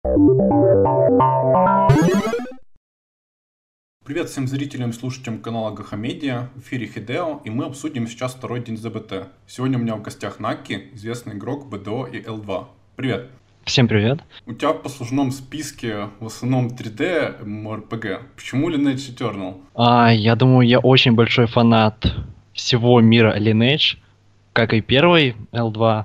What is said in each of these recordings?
Привет всем зрителям и слушателям канала Гахамедиа, в эфире Хидео, и мы обсудим сейчас второй день ЗБТ. Сегодня у меня в гостях Наки, известный игрок БДО и L2. Привет! Всем привет. У тебя в послужном списке в основном 3D MMORPG. Почему Lineage Eternal? Я думаю, я очень большой фанат всего мира Lineage, как и первый L2,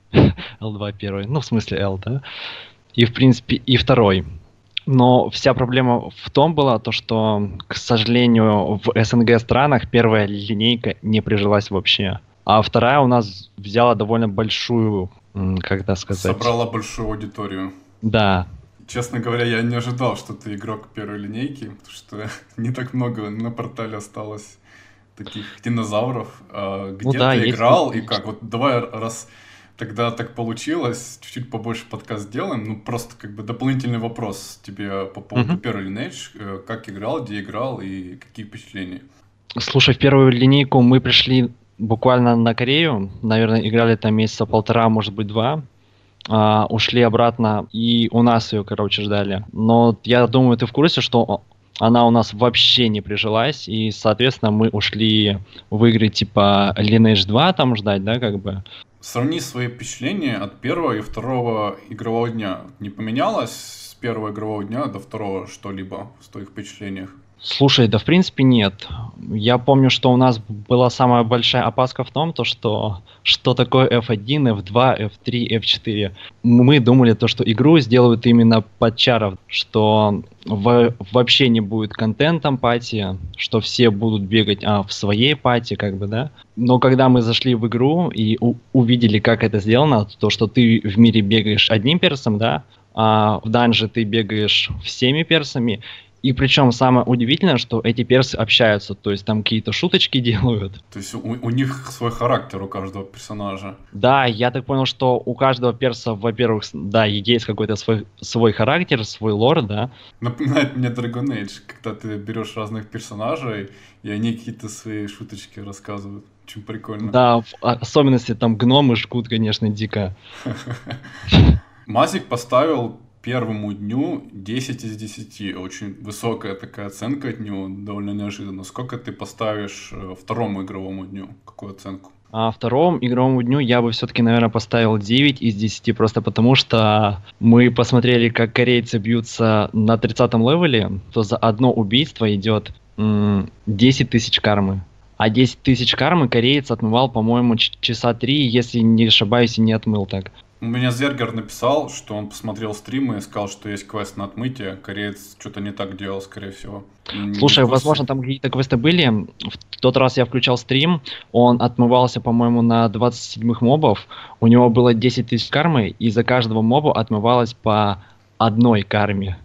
L2 первый, ну в смысле L, да, и в принципе и второй. Но вся проблема в том была, то, что, к сожалению, в СНГ странах первая линейка не прижилась вообще. А вторая у нас взяла довольно большую, как это сказать... Собрала большую аудиторию. Да. Честно говоря, я не ожидал, что ты игрок первой линейки, потому что не так много на портале осталось таких динозавров. Где ты играл и как? Вот давай, раз тогда так получилось, чуть-чуть побольше подкаст сделаем. Ну, просто как бы дополнительный вопрос тебе по поводу первой Lineage. Как играл, где играл и какие впечатления? Слушай, в первую линейку мы пришли буквально на Корею. Наверное, играли там месяца полтора, может быть, два. Ушли обратно, и у нас ее, короче, ждали. Но я думаю, ты в курсе, что она у нас вообще не прижилась, и, соответственно, мы ушли в игры типа Lineage 2 там ждать, да, как бы. Сравни свои впечатления от первого и второго игрового дня. Не поменялось с первого игрового дня до второго что-либо в твоих впечатлениях? Слушай, да в принципе нет. Я помню, что у нас была самая большая опаска в том, то, что такое F1, F2, F3, F4. Мы думали, то, что игру сделают именно под чаров, что вообще не будет контента пати, что все будут бегать в своей пати, как бы, да. Но когда мы зашли в игру и увидели, как это сделано, то, что ты в мире бегаешь одним персом, да, а в данже ты бегаешь всеми персами. И причем самое удивительное, что эти персы общаются, то есть там какие-то шуточки делают. То есть у них свой характер у каждого персонажа. Да, я так понял, что у каждого перса, во-первых, да, есть какой-то свой характер, свой лор, да. Напоминает мне Dragon Age, когда ты берешь разных персонажей, и они какие-то свои шуточки рассказывают. Очень прикольно. Да, в особенности там гномы жгут, конечно, дико. Мазик поставил первому дню 10 из 10. Очень высокая такая оценка от него, довольно неожиданно. Сколько ты поставишь второму игровому дню? Какую оценку? А второму игровому дню я бы все-таки, наверное, поставил 9 из 10, просто потому что мы посмотрели, как корейцы бьются на 30-м левеле, то за одно убийство идет 10 тысяч кармы. А 10 тысяч кармы кореец отмывал, по-моему, часа 3, если не ошибаюсь, и не отмыл так. У меня Зергер написал, что он посмотрел стримы и сказал, что есть квест на отмытие. Кореец что-то не так делал, скорее всего. Слушай, возможно, там какие-то квесты были. В тот раз я включал стрим, он отмывался, по-моему, на 27-х мобов. У него было 10 тысяч кармы, и за каждого моба отмывалось по одной карме.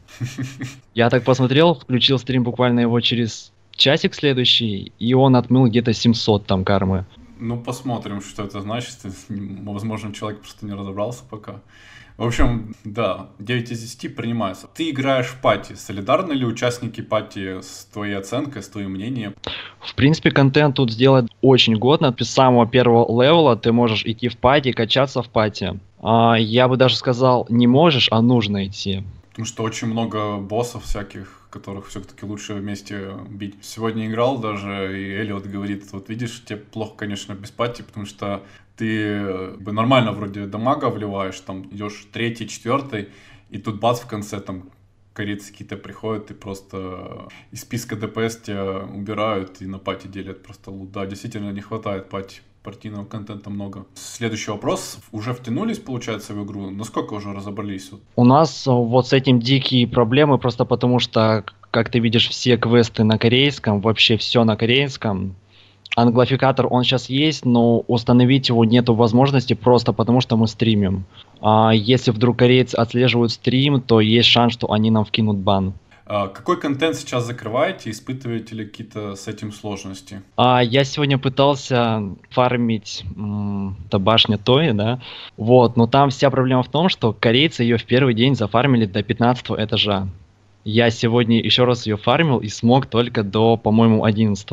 Я так посмотрел, включил стрим буквально его через часик следующий, и он отмыл где-то 700 там кармы. Ну, посмотрим, что это значит. Возможно, человек просто не разобрался пока. В общем, да, 9 из 10 принимается. Ты играешь в пати. Солидарны ли участники пати с твоей оценкой, с твоим мнением? В принципе, контент тут сделать очень годно. С самого первого левела ты можешь идти в пати, качаться в пати. Я бы даже сказал, не можешь, а нужно идти. Потому что очень много боссов всяких, которых все-таки лучше вместе бить. Сегодня играл даже, и Эллиот говорит, вот видишь, тебе плохо, конечно, без пати, потому что ты нормально вроде дамага вливаешь, там идешь 3-й, 4-й, и тут бац в конце там корейцы какие-то приходят и просто из списка ДПС тебя убирают и на пати делят просто лут. Да, действительно не хватает пати. Партийного контента много. Следующий вопрос. Уже втянулись, получается, в игру? Насколько уже разобрались? У нас вот с этим дикие проблемы, просто потому что, как ты видишь, все квесты на корейском, вообще все на корейском. Англофикатор, он сейчас есть, но установить его нету возможности просто потому, что мы стримим. Если вдруг корейцы отслеживают стрим, то есть шанс, что они нам вкинут бан. Какой контент сейчас закрываете? Испытываете ли какие-то с этим сложности? Я сегодня пытался фармить башня Тои, да, вот, но там вся проблема в том, что корейцы ее в первый день зафармили до 15 этажа. Я сегодня еще раз ее фармил и смог только до, по-моему, 11-го.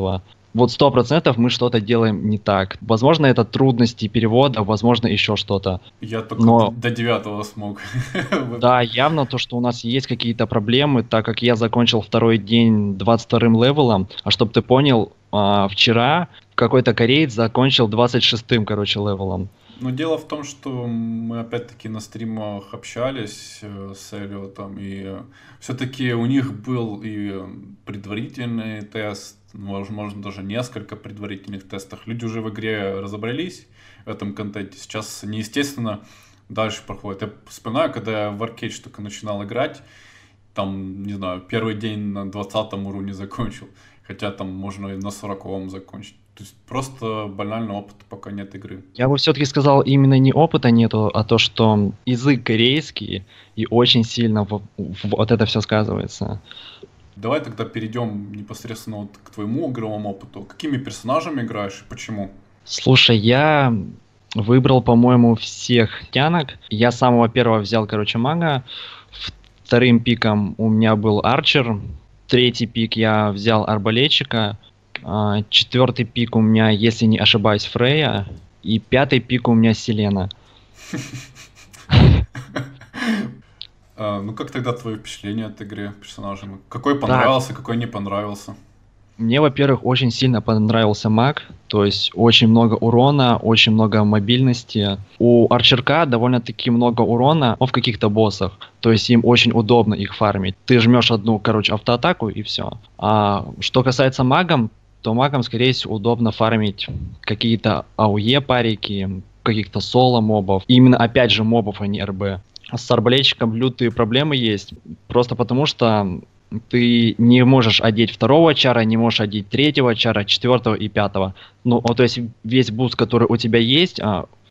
Вот 100% мы что-то делаем не так. Возможно, это трудности перевода, возможно, еще что-то. Я только Но до 9 смог. да, явно то, что у нас есть какие-то проблемы, так как я закончил второй день 22-м левелом, а чтоб ты понял, вчера какой-то кореец закончил 26-м, короче, левелом. Но дело в том, что мы опять-таки на стримах общались с Эллиотом, и все-таки у них был и предварительный тест, возможно, даже несколько предварительных тестов. Люди уже в игре разобрались в этом контенте. Сейчас неестественно дальше проходит. Я вспоминаю, когда я в Arcade только начинал играть, там, не знаю, первый день на 20-м уровне закончил, хотя там можно и на 40-м закончить. То есть просто банального опыта пока нет игры. Я бы все-таки сказал, именно не опыта нету, а то, что язык корейский, и очень сильно вот это все сказывается. Давай тогда перейдем непосредственно вот к твоему игровому опыту. Какими персонажами играешь и почему? Слушай, я выбрал, по-моему, всех тянок. Я с самого первого взял, короче, мага. Вторым пиком у меня был арчер. Третий пик я взял арбалетчика. Четвертый пик у меня, если не ошибаюсь, Фрея. И пятый пик у меня Селена. Ну как тогда твои впечатления от игры персонажами? Какой понравился, какой не понравился? Мне, во-первых, очень сильно понравился маг, то есть очень много урона, очень много мобильности. У арчерка довольно-таки много урона, но в каких-то боссах, то есть им очень удобно их фармить. Ты жмешь одну, короче, автоатаку и все. А что касается магом, то магам, скорее всего, удобно фармить какие-то АОЕ парики, каких-то соло мобов. И именно, опять же, мобов, а не РБ. С арбалетчиком лютые проблемы есть, просто потому что ты не можешь одеть второго чара, не можешь одеть третьего чара, четвертого и пятого. Ну, то есть весь буст, который у тебя есть,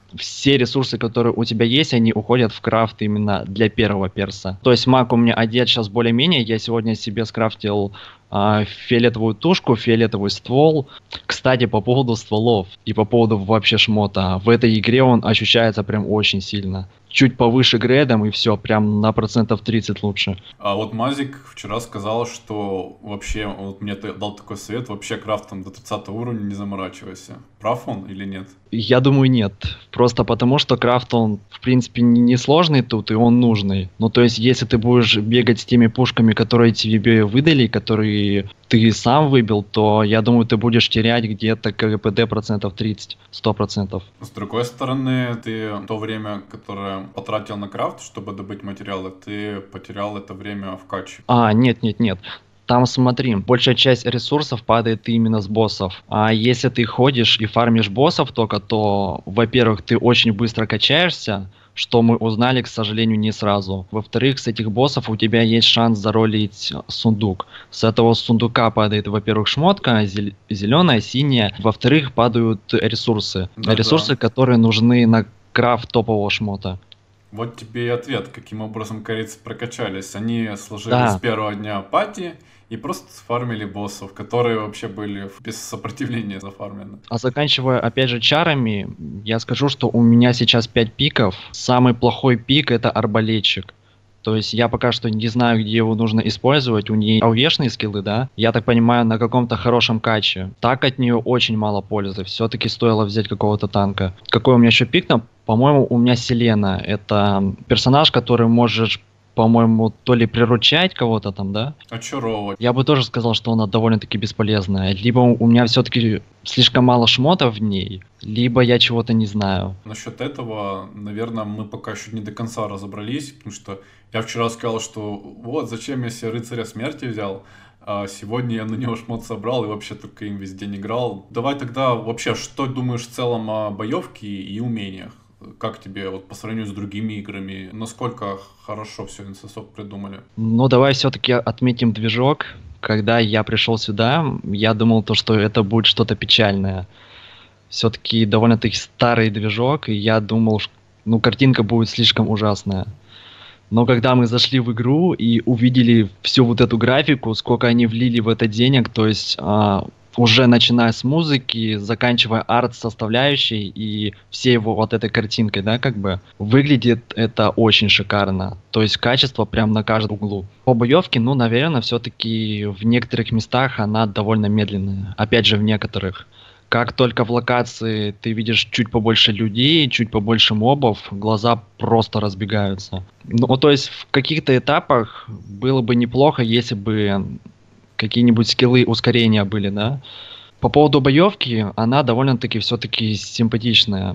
все ресурсы, которые у тебя есть, они уходят в крафт именно для первого перса. То есть маг у меня одет сейчас более-менее. Я сегодня себе скрафтил фиолетовую тушку, фиолетовый ствол. Кстати, по поводу стволов и по поводу вообще шмота. В этой игре он ощущается прям очень сильно. Чуть повыше грейдом и все, прям на процентов 30 лучше. А вот Мазик вчера сказал, что вообще, вот мне дал такой совет, вообще крафтом до 30 уровня не заморачивайся. Прав он или нет? Я думаю, нет. Просто потому, что крафт, он, в принципе, не сложный тут, и он нужный. Ну, то есть, если ты будешь бегать с теми пушками, которые тебе выдали, которые ты сам выбил, то, я думаю, ты будешь терять где-то КПД процентов 30, 100%. С другой стороны, ты то время, которое потратил на крафт, чтобы добыть материалы, ты потерял это время в каче. Нет. Там смотри, большая часть ресурсов падает именно с боссов. А если ты ходишь и фармишь боссов только, то, во-первых, ты очень быстро качаешься, что мы узнали, к сожалению, не сразу. Во-вторых, с этих боссов у тебя есть шанс заролить сундук. С этого сундука падает, во-первых, шмотка, зеленая, синяя. Во-вторых, падают ресурсы. Ресурсы, которые нужны на крафт топового шмота. Вот тебе и ответ, каким образом корейцы прокачались. Они сложили с первого дня пати и просто сфармили боссов, которые вообще были без сопротивления зафармены. А заканчивая, опять же, чарами, я скажу, что у меня сейчас 5 пиков. Самый плохой пик — это арбалетчик. То есть я пока что не знаю, где его нужно использовать. У нее АОЕшные скиллы, да? Я так понимаю, на каком-то хорошем каче. Так от нее очень мало пользы. Все-таки стоило взять какого-то танка. Какой у меня еще пик? По-моему, у меня Селена. Это персонаж, который можешь, по-моему, то ли приручать кого-то там, да? Очаровывать. Я бы тоже сказал, что она довольно-таки бесполезная. Либо у меня все-таки слишком мало шмотов в ней, либо я чего-то не знаю. Насчет этого, наверное, мы пока еще не до конца разобрались, потому что я вчера сказал, что вот зачем я себе рыцаря смерти взял, а сегодня я на него шмот собрал и вообще только им весь день играл. Давай тогда вообще, что думаешь в целом о боевке и умениях? Как тебе вот по сравнению с другими играми, насколько хорошо все NCSoft придумали? Ну, давай все-таки отметим движок. Когда я пришел сюда, я думал, что это будет что-то печальное. Все-таки довольно-таки старый движок, и я думал, картинка будет слишком ужасная. Но когда мы зашли в игру и увидели всю вот эту графику, сколько они влили в это денег, то есть Уже начиная с музыки, заканчивая арт-составляющей и всей его вот этой картинкой, да, как бы, выглядит это очень шикарно. То есть качество прям на каждом углу. По боевке, ну, наверное, все-таки в некоторых местах она довольно медленная. Опять же, в некоторых. Как только в локации ты видишь чуть побольше людей, чуть побольше мобов, глаза просто разбегаются. Ну, то есть в каких-то этапах было бы неплохо, если бы какие-нибудь скиллы ускорения были, да. По поводу боевки, она довольно-таки все-таки симпатичная.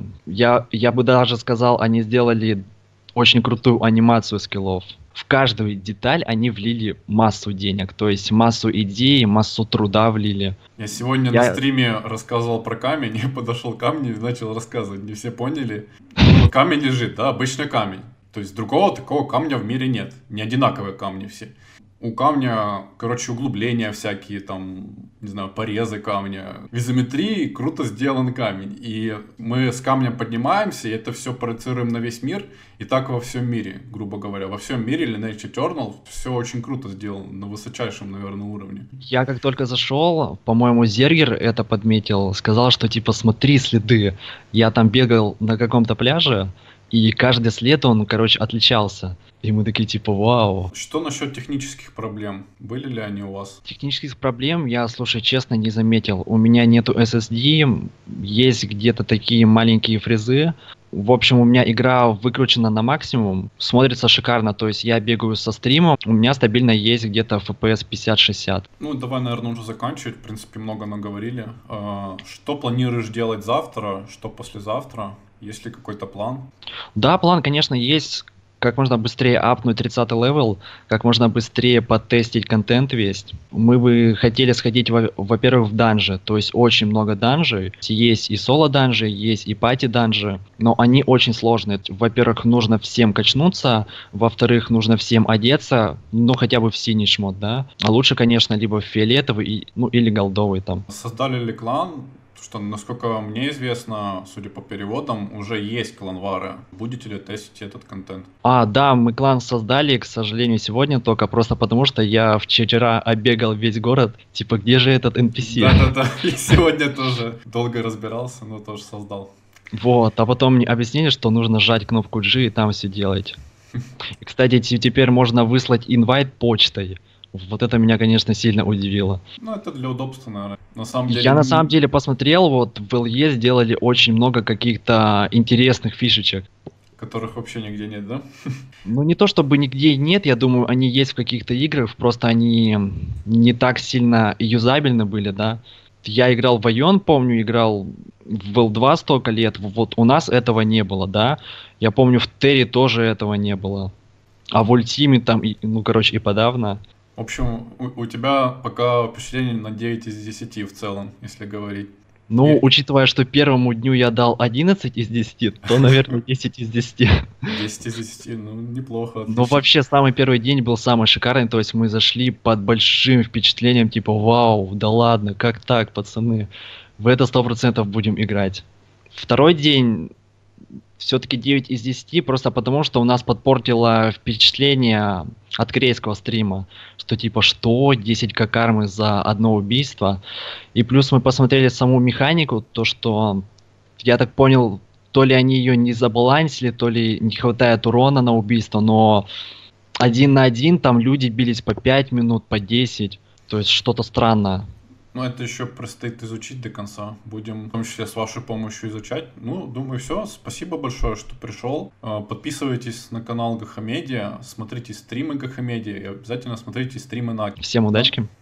Я бы даже сказал, они сделали очень крутую анимацию скиллов. В каждую деталь они влили массу денег, то есть массу идей, массу труда влили. Я сегодня на стриме рассказывал про камень, я подошел к камню и начал рассказывать, не все поняли. Вот камень лежит, да, обычный камень. То есть другого такого камня в мире нет, не одинаковые камни все. У камня, короче, углубления всякие, там, не знаю, порезы камня. В изометрии круто сделан камень. И мы с камня поднимаемся, и это все проецируем на весь мир. И так во всем мире, грубо говоря. Во всем мире Lineage Eternal все очень круто сделано, на высочайшем, наверное, уровне. Я как только зашел, по-моему, Зергер это подметил, сказал, что типа смотри следы. Я там бегал на каком-то пляже, и каждый след, он, короче, отличался. И мы такие, типа, вау. Что насчет технических проблем? Были ли они у вас? Технических проблем я, слушай, честно, не заметил. У меня нету SSD, есть где-то такие маленькие фрезы. В общем, у меня игра выкручена на максимум, смотрится шикарно, то есть я бегаю со стримом, у меня стабильно есть где-то FPS 50-60. Ну, давай, наверное, уже заканчивать, в принципе, много наговорили. Что планируешь делать завтра, что послезавтра? Есть ли какой-то план? Да, план, конечно, есть. Как можно быстрее апнуть 30 левел, как можно быстрее потестить контент весь. Мы бы хотели сходить, во-первых, в данжи, то есть очень много данжей. Есть и соло-данжи, есть и пати-данжи, но они очень сложные. Во-первых, нужно всем качнуться, во-вторых, нужно всем одеться, ну хотя бы в синий шмот, да. А лучше, конечно, либо в фиолетовый, ну или голдовый там. Создали ли клан? Что, насколько мне известно, судя по переводам, уже есть кланвары. Будете ли тестить этот контент? Да, мы клан создали, к сожалению, сегодня только просто потому, что я вчера оббегал весь город. Типа, где же этот NPC? Да-да-да, и сегодня тоже долго разбирался, но тоже создал. Вот, а потом мне объяснили, что нужно сжать кнопку G и там все делать. И, кстати, теперь можно выслать инвайт почтой. Вот это меня, конечно, сильно удивило. Ну, это для удобства, наверное. На самом деле... Я на самом деле посмотрел, вот в LE сделали очень много каких-то интересных фишечек. Которых вообще нигде нет, да? Ну, не то чтобы нигде нет, я думаю, они есть в каких-то играх, просто они не так сильно юзабельны были, да. Я играл в Ion, помню, играл в L2 столько лет, вот у нас этого не было, да. Я помню, в Терри тоже этого не было. А в Ультиме там, ну, короче, и подавно. В общем, у тебя пока впечатление на 9 из 10 в целом, если говорить. Ну, учитывая, что первому дню я дал 11 из 10, то, наверное, 10 из 10. 10 из 10, ну, неплохо. Отлично. Но вообще, самый первый день был самый шикарный, то есть мы зашли под большим впечатлением, типа, вау, да ладно, как так, пацаны, в это 100% будем играть. Второй день... Все-таки 9 из 10, просто потому, что у нас подпортило впечатление от корейского стрима, что типа, что, 10к кармы за одно убийство. И плюс мы посмотрели саму механику, то что, я так понял, то ли они ее не забалансили, то ли не хватает урона на убийство, но 1 на 1 там люди бились по 5 минут, по 10, то есть что-то странное. Ну, это еще предстоит изучить до конца. Будем, в том числе, с вашей помощью изучать. Ну, думаю, все. Спасибо большое, что пришел. Подписывайтесь на канал Gacha Media, смотрите стримы Gacha Media и обязательно смотрите стримы Наки. Всем удачки.